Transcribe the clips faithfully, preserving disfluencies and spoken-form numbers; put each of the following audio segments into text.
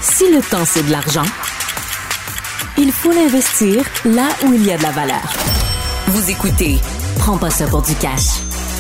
Si le temps, c'est de l'argent, il faut l'investir là où il y a de la valeur. Vous écoutez Prends pas ça pour du cash.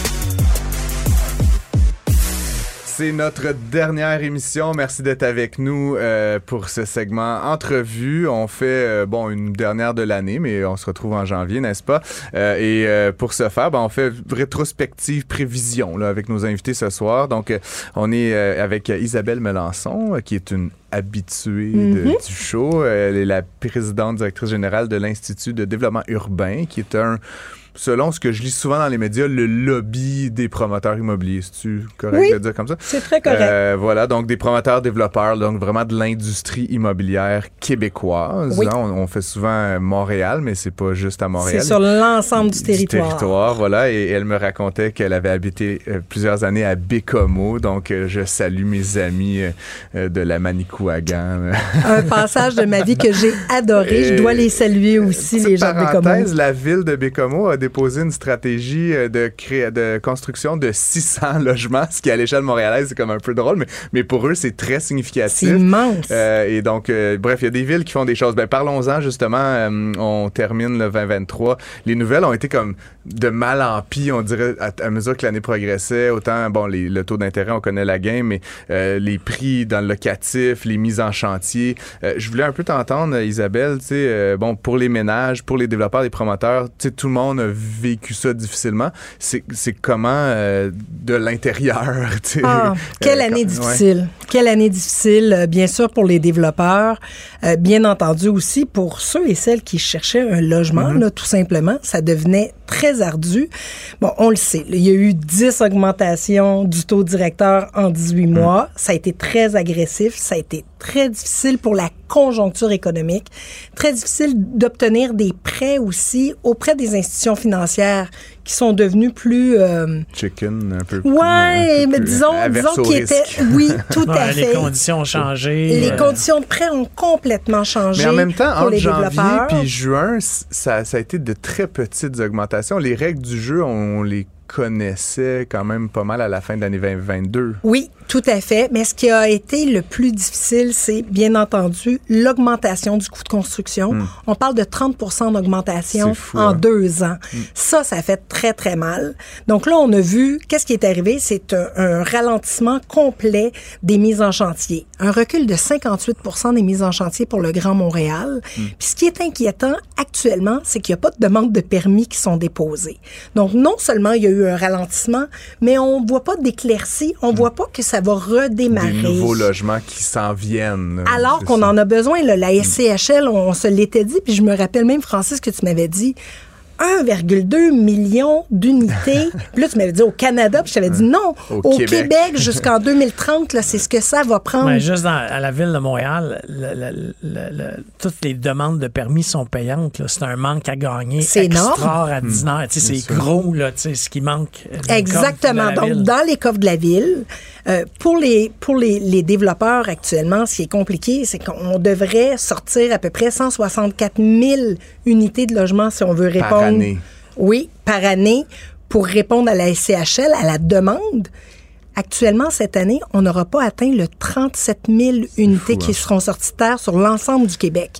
C'est notre dernière émission. Merci d'être avec nous euh, pour ce segment entrevue. On fait euh, bon une dernière de l'année, mais on se retrouve en janvier, n'est-ce pas? Euh, et euh, pour ce faire, ben, on fait rétrospective prévision là, avec nos invités ce soir. Donc, euh, on est euh, avec Isabelle Melançon, euh, qui est une habituée de, mm-hmm. du show. Elle est la présidente directrice générale de l'Institut de développement urbain, qui est un... selon ce que je lis souvent dans les médias, le lobby des promoteurs immobiliers. C'est-tu correct oui, de dire comme ça? C'est très correct. Euh, voilà, donc des promoteurs développeurs, donc vraiment de l'industrie immobilière québécoise. Oui. Hein, on, on fait souvent Montréal, mais c'est pas juste à Montréal. C'est sur l'ensemble du, du territoire. territoire, voilà. Et, et elle me racontait qu'elle avait habité euh, plusieurs années à Bécomo. Donc, euh, je salue mes amis euh, de la Manicouagan. Un passage de ma vie que j'ai adoré. Et, je dois les saluer aussi, les gens de Bécomo. La ville de Bécomo a déposé une stratégie de, cré... de construction de six cents logements, ce qui à l'échelle montréalaise c'est comme un peu drôle, mais, mais pour eux c'est très significatif. C'est immense. Euh, et donc, euh, bref, il y a des villes qui font des choses. Ben, parlons-en justement, euh, on termine le vingt vingt-trois. Les nouvelles ont été comme de mal en pis, on dirait, à, à mesure que l'année progressait. Autant, bon, les, le taux d'intérêt, on connaît la game, mais euh, les prix dans le locatif, les mises en chantier. Euh, je voulais un peu t'entendre, Isabelle, tu sais, euh, bon, pour les ménages, pour les développeurs, les promoteurs, tu sais, tout le monde a vécu ça difficilement. C'est, c'est comment euh, de l'intérieur, tu sais. Ah, quelle euh, année quand, difficile. Ouais. Quelle année difficile, euh, bien sûr, pour les développeurs, euh, bien entendu aussi pour ceux et celles qui cherchaient un logement, mm-hmm. là, tout simplement. Ça devenait très ardu. Bon, on le sait, là, il y a eu dix augmentations du taux directeur en dix-huit mm. mois. Ça a été très agressif. Ça a été très difficile pour la conjoncture économique. Très difficile d'obtenir des prêts aussi auprès des institutions financières qui sont devenues plus... Euh... Chicken, un peu plus... Ouais, mais disons, disons qu'ils étaient... Oui, tout ouais, à les fait. Les conditions ont changé. Les euh... conditions de prêt ont complètement changé. Mais en même temps, pour entre les janvier et juin, ça, ça a été de très petites augmentations. Les règles du jeu, on les connaissait quand même pas mal à la fin de l'année vingt vingt-deux. Oui, tout à fait. Mais ce qui a été le plus difficile, c'est bien entendu l'augmentation du coût de construction. Mm. On parle de trente pour cent d'augmentation fou, en hein? deux ans. Mm. Ça, ça fait très, très mal. Donc là, on a vu, qu'est-ce qui est arrivé? C'est un, un ralentissement complet des mises en chantier. Un recul de cinquante-huit pour cent des mises en chantier pour le Grand Montréal. Mm. Puis ce qui est inquiétant actuellement, c'est qu'il n'y a pas de demande de permis qui sont déposées. Donc non seulement il y a eu un ralentissement, mais on ne voit pas d'éclaircie, on ne mmh. voit pas que ça va redémarrer. Des nouveaux logements qui s'en viennent. Alors qu'on ça. en a besoin. Là, la S C H L, on, on se l'était dit, puis je me rappelle même, Francis, que tu m'avais dit un virgule deux million d'unités. Puis là, tu m'avais dit au Canada, puis je t'avais dit non. Au, au Québec, Québec jusqu'en deux mille trente, là, c'est ce que ça va prendre. Mais juste dans, à la ville de Montréal, le, le, le, le, toutes les demandes de permis sont payantes. Là. C'est un manque à gagner c'est extraordinaire. Mmh. C'est, c'est gros, là, ce qui manque. Exactement. Donc, ville. Dans les coffres de la ville, euh, pour, les, pour les, les développeurs actuellement, ce qui est compliqué, c'est qu'on devrait sortir à peu près cent soixante-quatre mille unités de logement si on veut répondre. Par année. Oui, par année, pour répondre à la S C H L, à la demande. Actuellement, cette année, on n'aura pas atteint le trente-sept mille unités fou, qui hein. seront sorties de terre sur l'ensemble du Québec.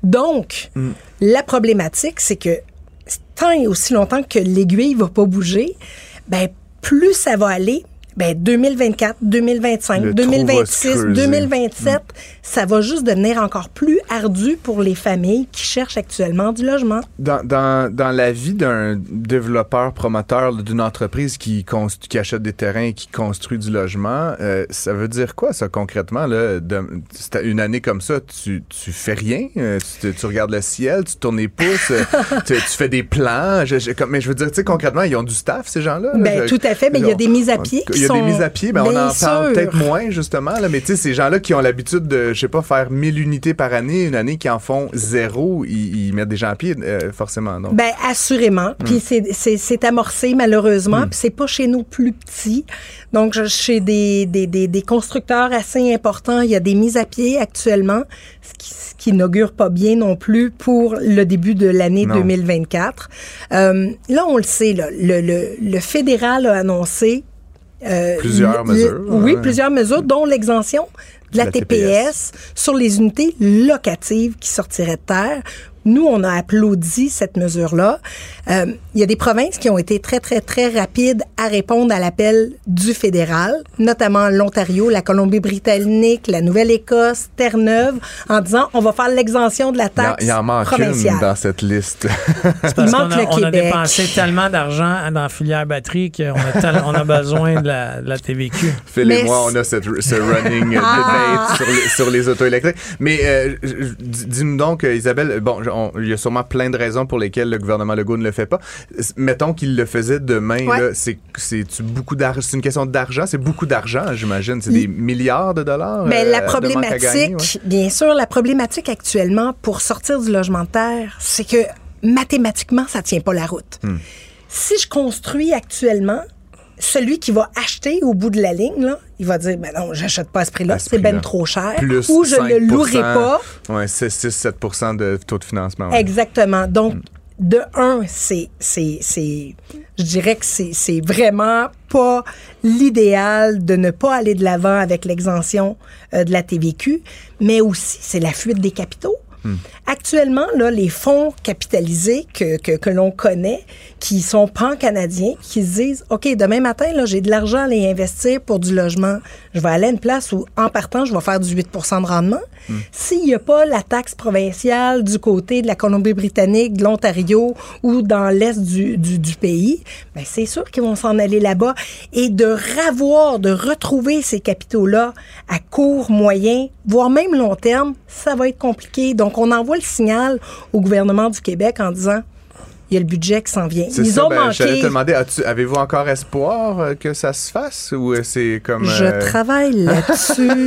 Donc, mm. la problématique, c'est que tant et aussi longtemps que l'aiguille ne va pas bouger, ben plus ça va aller, ben deux mille vingt-quatre, deux mille vingt-cinq, le deux mille vingt-six, deux mille vingt-sept, mmh. ça va juste devenir encore plus ardu pour les familles qui cherchent actuellement du logement. Dans, dans, dans la vie d'un développeur, promoteur d'une entreprise qui, const- qui achète des terrains et qui construit du logement, euh, ça veut dire quoi, ça, concrètement? Là, de, une année comme ça, tu, tu fais rien? Euh, tu, tu regardes le ciel, tu tournes les pouces, euh, tu, tu fais des plans? Je, je, comme, mais je veux dire, tu sais, concrètement, ils ont du staff, ces gens-là? Ben, là, tout à fait. Mais il y a des mises à pied qui Il y a sont... des mises à pied, ben on en sûr. parle peut-être moins, justement, là, mais tu sais, ces gens-là qui ont l'habitude de, je sais pas, faire mille unités par année, une année qui en font zéro, ils, ils mettent des gens à pied, euh, forcément, non? Ben, assurément. Puis mm. c'est, c'est, c'est amorcé, malheureusement, mm. puis c'est pas chez nous plus petits. Donc, je, chez des, des, des, des constructeurs assez importants, il y a des mises à pied actuellement, ce qui, ce qui n'augure pas bien non plus pour le début de l'année non. deux mille vingt-quatre. Euh, là, on le sait, là, le, le, le fédéral a annoncé Euh, plusieurs le, mesures. Oui, ouais. plusieurs mesures, dont l'exemption de la, la T P S, T P S sur les unités locatives qui sortiraient de terre. Nous, on a applaudi cette mesure-là. Euh, il y a des provinces qui ont été très, très, très rapides à répondre à l'appel du fédéral, notamment l'Ontario, la Colombie-Britannique, la Nouvelle-Écosse, Terre-Neuve, en disant on va faire l'exemption de la taxe provinciale. Il y en manque provinciale. une dans cette liste. C'est parce il manque qu'on a, le on a Québec. dépensé tellement d'argent dans la filière batterie qu'on a, tel, on a besoin de la, de la T V Q. Phil Mais et moi, on a cette, ce running Ah. debate sur les, sur les autos électriques. Mais euh, dis-nous donc, Isabelle, bon, on, il y a sûrement plein de raisons pour lesquelles le gouvernement Legault ne le fait pas. Mettons qu'il le faisait demain, ouais. là, c'est, c'est beaucoup d'argent. C'est une question d'argent. C'est beaucoup d'argent, j'imagine. C'est des milliards de dollars. Mais euh, la problématique, gagner, ouais. bien sûr, la problématique actuellement pour sortir du logement de terre, c'est que mathématiquement, ça tient pas la route. Hmm. Si je construis actuellement, celui qui va acheter au bout de la ligne, là, il va dire, ben non, j'achète pas à ce prix-là, à ce c'est prix-là. Ben trop cher. Plus ou je ne le louerai pas. Oui, c'est six à sept pour cent de taux de financement. Ouais. Exactement. Donc, mm. de un, c'est, c'est, c'est, je dirais que c'est, c'est vraiment pas l'idéal de ne pas aller de l'avant avec l'exemption euh, de la T V Q, mais aussi, c'est la fuite des capitaux. Hmm. Actuellement, là, les fonds capitalisés que, que, que l'on connaît, qui sont pan-canadiens, qui se disent, OK, demain matin, là, j'ai de l'argent à aller investir pour du logement. Je vais aller à une place où, en partant, je vais faire du huit pour cent de rendement. Hmm. S'il n'y a pas la taxe provinciale du côté de la Colombie-Britannique, de l'Ontario ou dans l'est du, du, du pays, bien, c'est sûr qu'ils vont s'en aller là-bas. Et de ravoir, de retrouver ces capitaux-là à court, moyen, voire même long terme, ça va être compliqué. Donc, on envoie le signal au gouvernement du Québec en disant il y a le budget qui s'en vient. C'est Ils ça, ont ben, manqué. J'allais te demander, as-tu, avez-vous encore espoir euh, que ça se fasse ou c'est comme... Je euh... travaille là-dessus.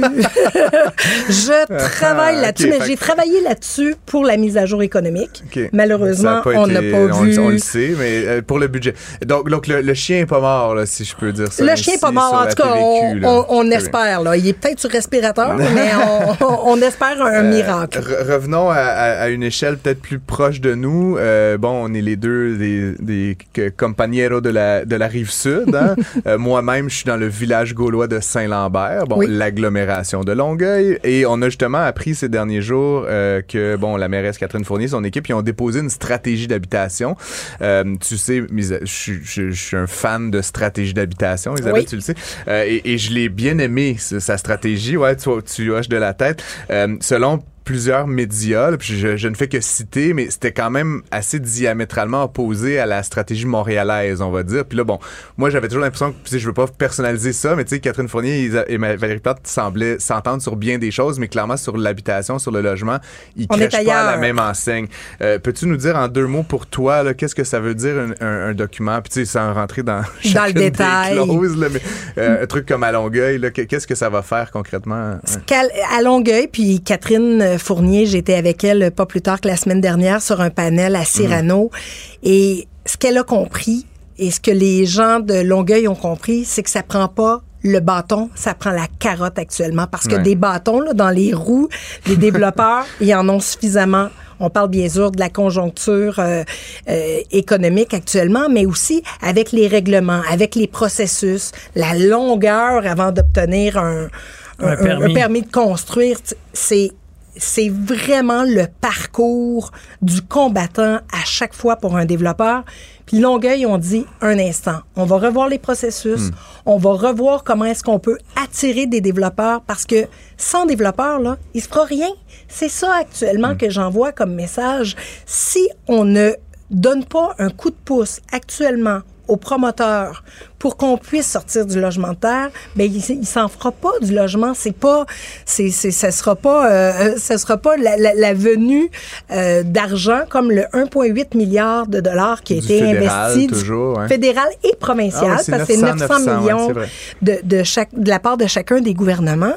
Je travaille là-dessus, okay, mais j'ai que... travaillé là-dessus pour la mise à jour économique. Okay. Malheureusement, pas on n'a été... pas on, vu... On le sait, mais euh, pour le budget. Donc, donc le, le chien n'est pas mort, là, si je peux dire ça. Le chien n'est pas mort. En tout cas, on, on, on espère. Là. Il est peut-être sur respirateur, mais on, on espère un euh, miracle. Re- revenons à, à, à une échelle peut-être plus proche de nous. Euh, bon, on est les deux des des compañeros de la, de la Rive-Sud. Hein? euh, moi-même, je suis dans le village gaulois de Saint-Lambert, bon, oui. l'agglomération de Longueuil. Et on a justement appris ces derniers jours euh, que, bon, la mairesse Catherine Fournier et son équipe, ils ont déposé une stratégie d'habitation. Euh, tu sais, je, je, je, je suis un fan de stratégie d'habitation, Isabelle, oui. tu le sais. Euh, et, et je l'ai bien aimé, sa stratégie. Ouais, tu, tu hoches de la tête. Euh, selon plusieurs médias, là, puis je, je ne fais que citer, mais c'était quand même assez diamétralement opposé à la stratégie montréalaise, on va dire. Puis là, bon, moi, j'avais toujours l'impression que, tu sais, je veux pas personnaliser ça, mais tu sais, Catherine Fournier et Valérie Plante semblaient s'entendre sur bien des choses, mais clairement, sur l'habitation, sur le logement, ils crèchent pas à la même enseigne. Euh, peux-tu nous dire en deux mots pour toi, là, qu'est-ce que ça veut dire un, un, un document? Puis tu sais, sans rentrer dans, dans le détail. Clauses, là, mais euh, un truc comme à Longueuil, là, qu'est-ce que ça va faire concrètement? Ouais. À Longueuil, puis Catherine Fournier, j'étais avec elle pas plus tard que la semaine dernière sur un panel à Cyrano. Mmh. Et ce qu'elle a compris et ce que les gens de Longueuil ont compris, c'est que ça prend pas le bâton, ça prend la carotte actuellement. Parce que ouais. des bâtons là, dans les roues, les développeurs, ils en ont suffisamment. On parle bien sûr de la conjoncture euh, euh, économique actuellement, mais aussi avec les règlements, avec les processus, la longueur avant d'obtenir un, un, un, permis. un permis de construire. C'est C'est vraiment le parcours du combattant à chaque fois pour un développeur. Puis Longueuil, on dit un instant, on va revoir les processus, mmh. on va revoir comment est-ce qu'on peut attirer des développeurs parce que sans développeurs, là, il se fera rien. C'est ça actuellement mmh. que j'envoie comme message. Si on ne donne pas un coup de pouce actuellement aux promoteurs pour qu'on puisse sortir du logement de terre, ben il, il s'en fera pas du logement, c'est pas c'est c'est ça sera pas euh, ça sera pas la, la, la venue euh, d'argent comme le un virgule huit milliard de dollars qui a du été fédéral, investi toujours, du hein. fédéral et provincial ah, ouais, parce que c'est neuf cents millions ouais, de de chaque de la part de chacun des gouvernements.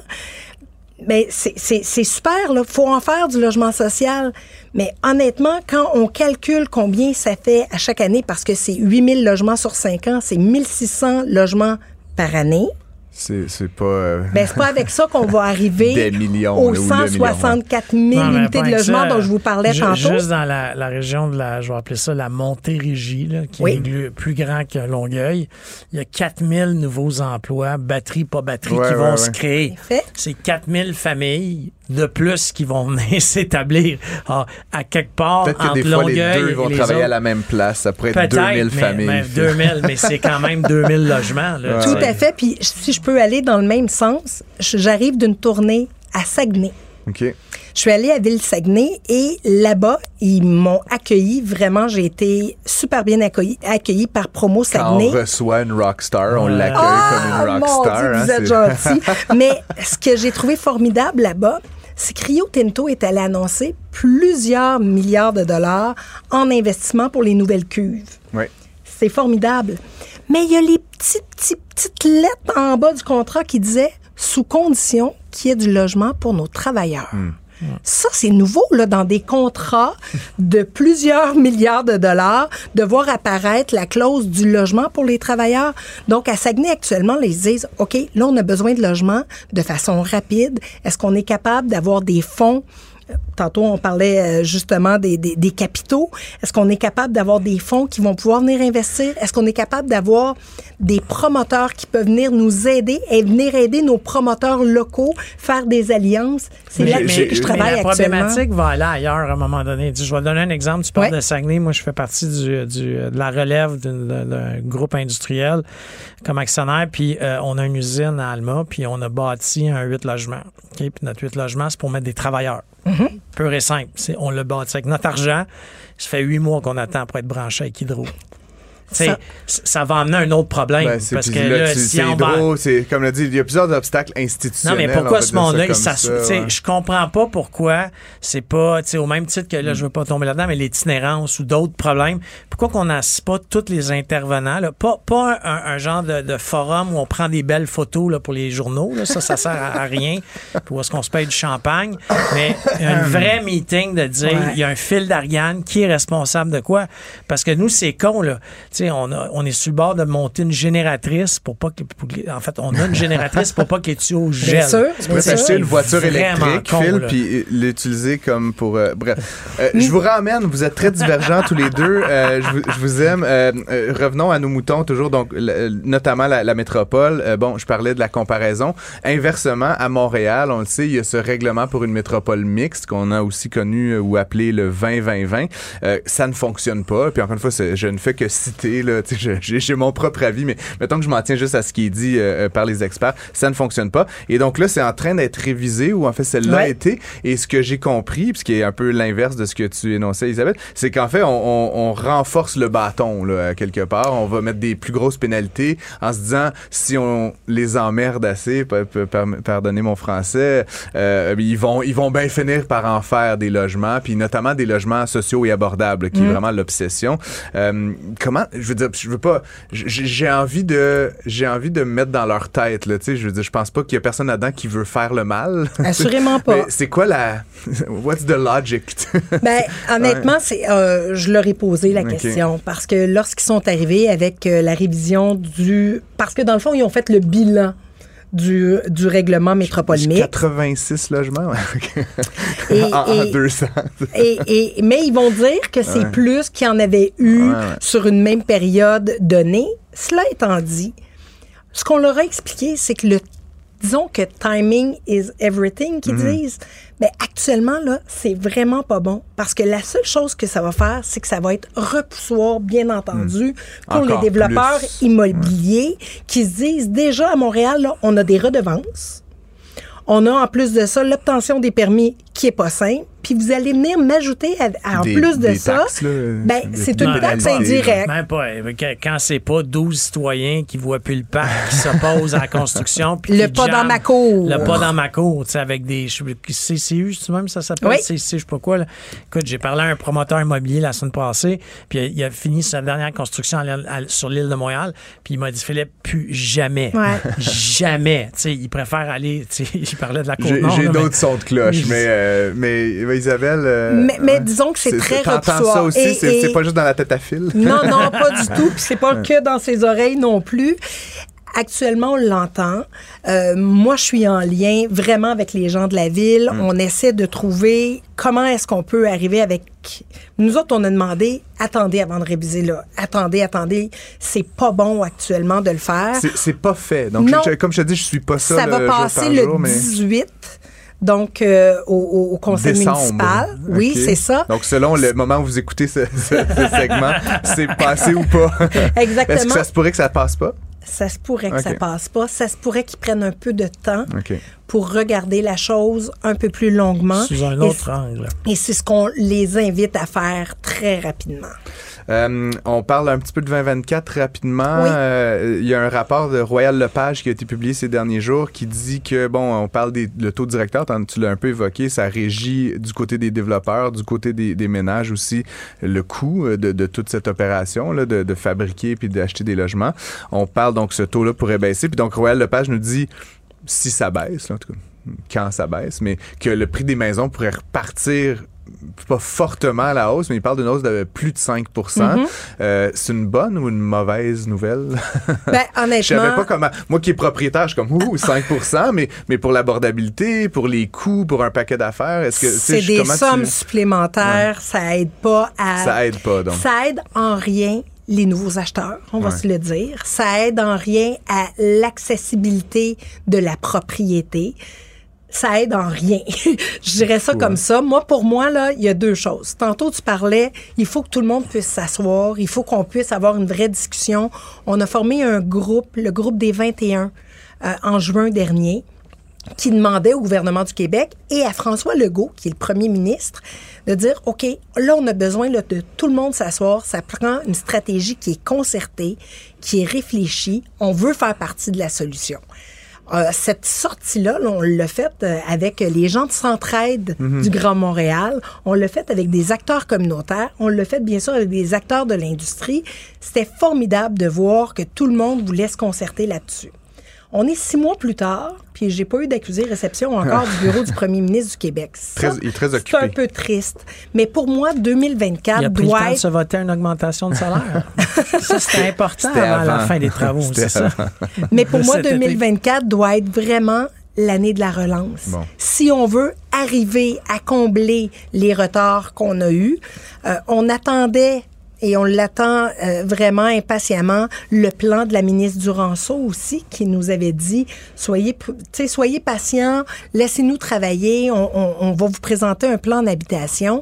Mais c'est, c'est, c'est super, là. Faut en faire du logement social. Mais honnêtement, quand on calcule combien ça fait à chaque année, parce que c'est huit mille logements sur cinq ans, c'est mille six cents logements par année. C'est, c'est pas... Euh... Ben, c'est pas avec ça qu'on va arriver des millions, aux cent soixante-quatre mille non, unités de logement ça, dont je vous parlais ju- tantôt. Juste dans la, la région de la, je vais appeler ça la Montérégie, là, qui oui. est plus grand que Longueuil, il y a quatre mille nouveaux emplois, batterie, pas batterie, ouais, qui ouais, vont ouais. se créer. C'est quatre mille familles de plus qui vont venir s'établir à, à quelque part Peut-être que entre des fois, Longueuil les deux vont et les travailler autres. à la même place. Ça pourrait être Peut-être, deux mille mais, familles. Mais deux mille, mais c'est quand même deux mille logements. Là, ouais. Tout à fait. Puis si je peux aller dans le même sens, j'arrive d'une tournée à Saguenay. OK. Je suis allée à Ville-Saguenay et là-bas, ils m'ont accueilli. Vraiment, j'ai été super bien accueillie, accueillie par Promo Saguenay. Quand on reçoit une rockstar, on Ouais. l'accueille Ah, comme une mon rockstar. Dieu, hein, vous êtes c'est... gentil. Mais ce que j'ai trouvé formidable là-bas, c'est que Rio Tinto est allé annoncer plusieurs milliards de dollars en investissement pour les nouvelles cuves. Oui. C'est formidable. Mais il y a les petites, petites, petites lettres en bas du contrat qui disaient « sous condition qu'il y ait du logement pour nos travailleurs Mm. ». Ça, c'est nouveau, là, dans des contrats de plusieurs milliards de dollars, de voir apparaître la clause du logement pour les travailleurs. Donc, à Saguenay, actuellement, ils disent, OK, là, on a besoin de logement de façon rapide. Est-ce qu'on est capable d'avoir des fonds? Tantôt, on parlait justement des, des, des capitaux. Est-ce qu'on est capable d'avoir des fonds qui vont pouvoir venir investir? Est-ce qu'on est capable d'avoir des promoteurs qui peuvent venir nous aider et venir aider nos promoteurs locaux, faire des alliances? C'est Mais, là-dessus mais, que je mais travaille la actuellement. problématique va aller ailleurs à un moment donné. Je vais te donner un exemple. Tu parles ouais. de Saguenay. Moi, je fais partie du, du, de la relève d'un, d'un groupe industriel comme actionnaire. Puis, euh, on a une usine à Alma. Puis, on a bâti un huit logements. Okay? Puis, notre huit logements, c'est pour mettre des travailleurs. Mm-hmm. Pur et simple. C'est, on l'a bâti avec notre argent. Ça fait huit mois qu'on attend pour être branché avec Hydro. Ça, ça va amener un autre problème. Ben, parce que là, là, tu, si c'est on Hydro, va... c'est, comme l'a dit, il y a plusieurs obstacles institutionnels. Non, mais pourquoi ce monde-là, ça, ça, ça, ouais. je comprends pas pourquoi c'est pas, tu sais, au même titre que là, mm. je veux pas tomber là-dedans, mais l'itinérance ou d'autres problèmes. Pourquoi qu'on n'assiste pas tous les intervenants, là? Pas, pas un, un genre de, de forum où on prend des belles photos là, pour les journaux, là. Ça, ça sert à, à rien. Pour est-ce qu'on se paye du champagne? Mais un vrai meeting de dire, il ouais. y a un fil d'Ariane qui est responsable de quoi? Parce que nous, c'est con, là. Tu sais, on, a, on est sur le bord de monter une génératrice pour pas que... Pour que en fait, on a une génératrice pour pas que les tuyaux gèlent. Bien sûr. Tu pourrais t'acheter une voiture électrique, con, Phil, puis l'utiliser comme pour... Euh, bref. Euh, je vous ramène, vous êtes très divergents tous les deux. Euh, je, vous, je vous aime. Euh, euh, revenons à nos moutons, toujours, donc le, notamment la, la métropole. Euh, bon, je parlais de la comparaison. Inversement, à Montréal, on le sait, il y a ce règlement pour une métropole mixte qu'on a aussi connu euh, ou appelé le vingt vingt vingt. Euh, ça ne fonctionne pas. Puis encore une fois, je ne fais que citer, là, j'ai, j'ai mon propre avis, mais mettons que je m'en tiens juste à ce qui est dit euh, par les experts, ça ne fonctionne pas. Et donc là, c'est en train d'être révisé, ou en fait, celle-là a ouais. été. Et ce que j'ai compris, puis ce qui est un peu l'inverse de ce que tu énonçais, Isabelle, c'est qu'en fait, on, on, on renforce le bâton, là, quelque part. On va mettre des plus grosses pénalités en se disant, si on les emmerde assez, pardonnez mon français, euh, ils vont, ils vont bien finir par en faire des logements, puis notamment des logements sociaux et abordables, qui mmh. est vraiment l'obsession. Euh, comment, je veux dire, je veux pas, j'ai envie de, j'ai envie de me mettre dans leur tête, là, tu sais, je veux dire, je pense pas qu'il y a personne là-dedans qui veut faire le mal. Assurément pas. Mais c'est quoi la, what's the logic? Ben, honnêtement, ouais. c'est, euh, je leur ai posé la okay. question, parce que lorsqu'ils sont arrivés avec euh, la révision du, parce que dans le fond, ils ont fait le bilan du, du règlement métropole mixte. quatre-vingt-six logements, ouais. et, en, en et, deux cents. et, et, mais ils vont dire que c'est ouais. plus qu'il y en avait eu ouais, ouais. sur une même période donnée. Cela étant dit, ce qu'on leur a expliqué, c'est que le disons que timing is everything, qu'ils mm-hmm. disent. Mais actuellement, là, c'est vraiment pas bon. Parce que la seule chose que ça va faire, c'est que ça va être repoussoir, bien entendu, mm. pour Encore les développeurs plus. immobiliers ouais. qui se disent, déjà à Montréal, là, on a des redevances. On a en plus de ça l'obtention des permis qui est pas simple. Puis vous allez venir m'ajouter à, à, en des, plus de ça, taxes, là, ben, c'est une taxe indirecte. Même pas. Quand c'est pas douze citoyens qui voient plus le parc, qui s'opposent à la construction. Puis le pas jamment, dans ma cour. Le pas dans ma cour, tu sais, avec des C C U, c'est même ça s'appelle? Oui. C C U, je sais pas quoi. Là. Écoute, j'ai parlé à un promoteur immobilier la semaine passée, puis il a fini sa dernière construction à, à, sur l'île de Montréal, puis il m'a dit, Philippe, plus jamais. Ouais. Jamais. Tu sais, il préfère aller, tu sais, il parlait de la cour J'ai, nord, j'ai là, d'autres mais, sons de cloche, mais, euh, mais Isabelle... Euh, mais, mais ouais. disons que c'est, c'est très t'entends repoussoir. ça aussi? Et, c'est, et... c'est pas juste dans la tête à fil? Non, non, pas du tout. Puis c'est pas que dans ses oreilles non plus. actuellement, on l'entend. Euh, moi, je suis en lien vraiment avec les gens de la ville. Mm. On essaie de trouver comment est-ce qu'on peut arriver avec... Nous autres, on a demandé, attendez avant de réviser là. Attendez, attendez. C'est pas bon actuellement de le faire. C'est, c'est pas fait. Donc, je, comme je te dis, je suis pas ça, ça le va passer le jour, mais... dix-huit. Donc, euh, au, au conseil Décembre. municipal. Oui, okay. C'est ça. Donc, selon le moment où vous écoutez ce, ce, ce segment, c'est passé ou pas. Exactement. Est-ce que ça se pourrait que ça passe pas? Ça se pourrait que okay. ça passe pas. Ça se pourrait qu'ils prennent un peu de temps okay. pour regarder la chose un peu plus longuement. Sous un autre et, angle. Et c'est ce qu'on les invite à faire très rapidement. Euh, on parle un petit peu de vingt vingt-quatre rapidement. Oui. Euh, il y a un rapport de Royal Lepage qui a été publié ces derniers jours qui dit que, bon, on parle des le taux directeur, tu l'as un peu évoqué, ça régit du côté des développeurs, du côté des, des ménages aussi, le coût de, de toute cette opération là, de, de fabriquer puis d'acheter des logements. On parle donc ce taux-là pourrait baisser. Puis donc Royal Lepage nous dit si ça baisse, là, en tout cas, quand ça baisse, mais que le prix des maisons pourrait repartir pas fortement à la hausse, mais il parle d'une hausse de plus de cinq pour cent. Mm-hmm. Euh, c'est une bonne ou une mauvaise nouvelle? Ben, honnêtement... Je savais pas comment... Moi qui est propriétaire, je suis comme, ouh, cinq pour cent, mais, mais pour l'abordabilité, pour les coûts, pour un paquet d'affaires, est-ce que... C'est des sommes tu... supplémentaires, ouais. Ça aide pas à... Ça aide pas, donc. Ça aide en rien les nouveaux acheteurs, on va ouais. se le dire. Ça aide en rien à l'accessibilité de la propriété. Ça aide en rien. Je dirais ça ouais. comme ça. Moi, pour moi, là, il y a deux choses. Tantôt, tu parlais, il faut que tout le monde puisse s'asseoir, il faut qu'on puisse avoir une vraie discussion. On a formé un groupe, le groupe des vingt et un, euh, en juin dernier, qui demandait au gouvernement du Québec et à François Legault, qui est le premier ministre, de dire, OK, là, on a besoin là, de tout le monde s'asseoir. Ça prend une stratégie qui est concertée, qui est réfléchie. On veut faire partie de la solution. Euh, cette sortie-là, là, on l'a faite euh, avec les gens de Centraide mm-hmm. du Grand Montréal. On l'a fait avec des acteurs communautaires. On l'a fait, bien sûr, avec des acteurs de l'industrie. C'était formidable de voir que tout le monde voulait se concerter là-dessus. On est six mois plus tard, puis j'ai pas eu d'accusé réception encore du bureau du premier ministre du Québec. Ça, très, il est très occupé. C'est un peu triste. Mais pour moi, deux mille vingt-quatre il a pris doit le temps être... de se voter une augmentation de salaire. Ça, c'était important c'était avant, avant la fin des travaux, c'est ça. Mais pour moi, deux mille vingt-quatre doit être vraiment l'année de la relance. Bon. Si on veut arriver à combler les retards qu'on a eus, euh, on attendait... Et on l'attend euh, vraiment impatiemment, le plan de la ministre Duranceau aussi, qui nous avait dit, soyez, tu sais, soyez patients, laissez-nous travailler, on, on, on va vous présenter un plan d'habitation.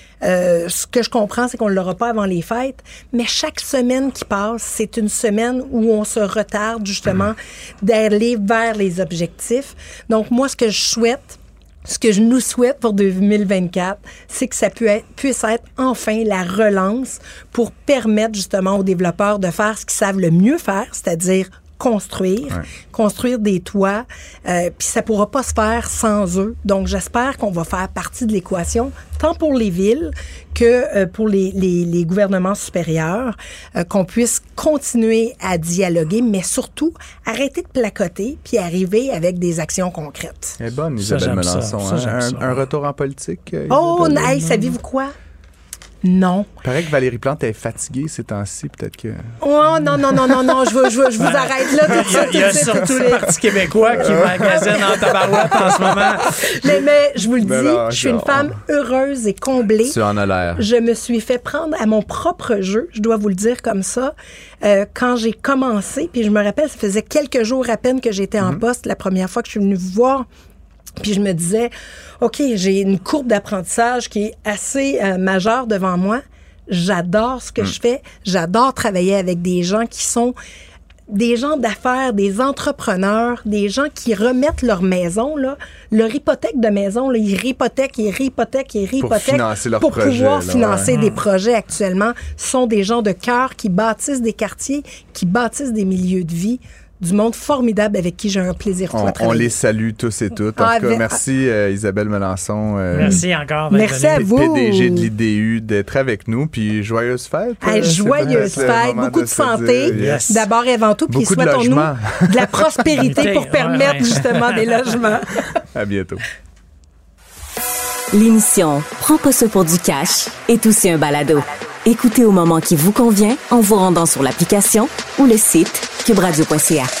Euh, ce que je comprends, c'est qu'on ne l'aura pas avant les fêtes, mais chaque semaine qui passe, c'est une semaine où on se retarde justement d'aller vers les objectifs. Donc moi, ce que je souhaite, ce que je nous souhaite pour deux mille vingt-quatre, c'est que ça puisse être enfin la relance pour permettre justement aux développeurs de faire ce qu'ils savent le mieux faire, c'est-à-dire construire, ouais. construire des toits, euh, puis ça pourra pas se faire sans eux. Donc, j'espère qu'on va faire partie de l'équation, tant pour les villes que euh, pour les, les, les gouvernements supérieurs, euh, qu'on puisse continuer à dialoguer, mais surtout arrêter de placoter puis arriver avec des actions concrètes. Elle est bonne, Isabelle Melançon. Ça, ça, hein? un, un retour en politique? Euh, oh, hey, savez-vous quoi? Non. Il paraît que Valérie Plante est fatiguée ces temps-ci, peut-être que... Oh, non, non, non, non, non, je, veux, je, veux, je vous arrête là tout de suite. Il y a, il y a surtout le Parti québécois qui magasine en tabarouette en ce moment. Mais, mais je vous le dis, mais là, je suis une femme heureuse et comblée. Tu en as l'air. Je me suis fait prendre à mon propre jeu, je dois vous le dire comme ça, euh, quand j'ai commencé, puis je me rappelle, ça faisait quelques jours à peine que j'étais en mm-hmm. poste la première fois que je suis venue vous voir. Puis je me disais, OK, j'ai une courbe d'apprentissage qui est assez euh, majeure devant moi. J'adore ce que mm. je fais. J'adore travailler avec des gens qui sont des gens d'affaires, des entrepreneurs, des gens qui remettent leur maison, là, leur hypothèque de maison, là, ils réhypothèquent, ils réhypothèquent, ils réhypothèquent pour, financer leur pour projet, pouvoir là, financer ouais. des projets actuellement. Ce sont des gens de cœur qui bâtissent des quartiers, qui bâtissent des milieux de vie. Du monde formidable avec qui j'ai un plaisir on, de travailler. On les salue tous et toutes. En ah, tout cas, mais, merci euh, Isabelle Melançon. Euh, merci encore. Merci à vous. P D G de l'I D U d'être avec nous. Puis joyeuse fête. Hey, joyeuse fête. Beaucoup de, de santé. Yes. D'abord et avant tout. Puis souhaitons-nous de, de la prospérité pour permettre ouais, ouais. justement des logements. À bientôt. L'émission Prends pas ça pour du cash est aussi un balado. Écoutez au moment qui vous convient en vous rendant sur l'application ou le site cube radio point c a.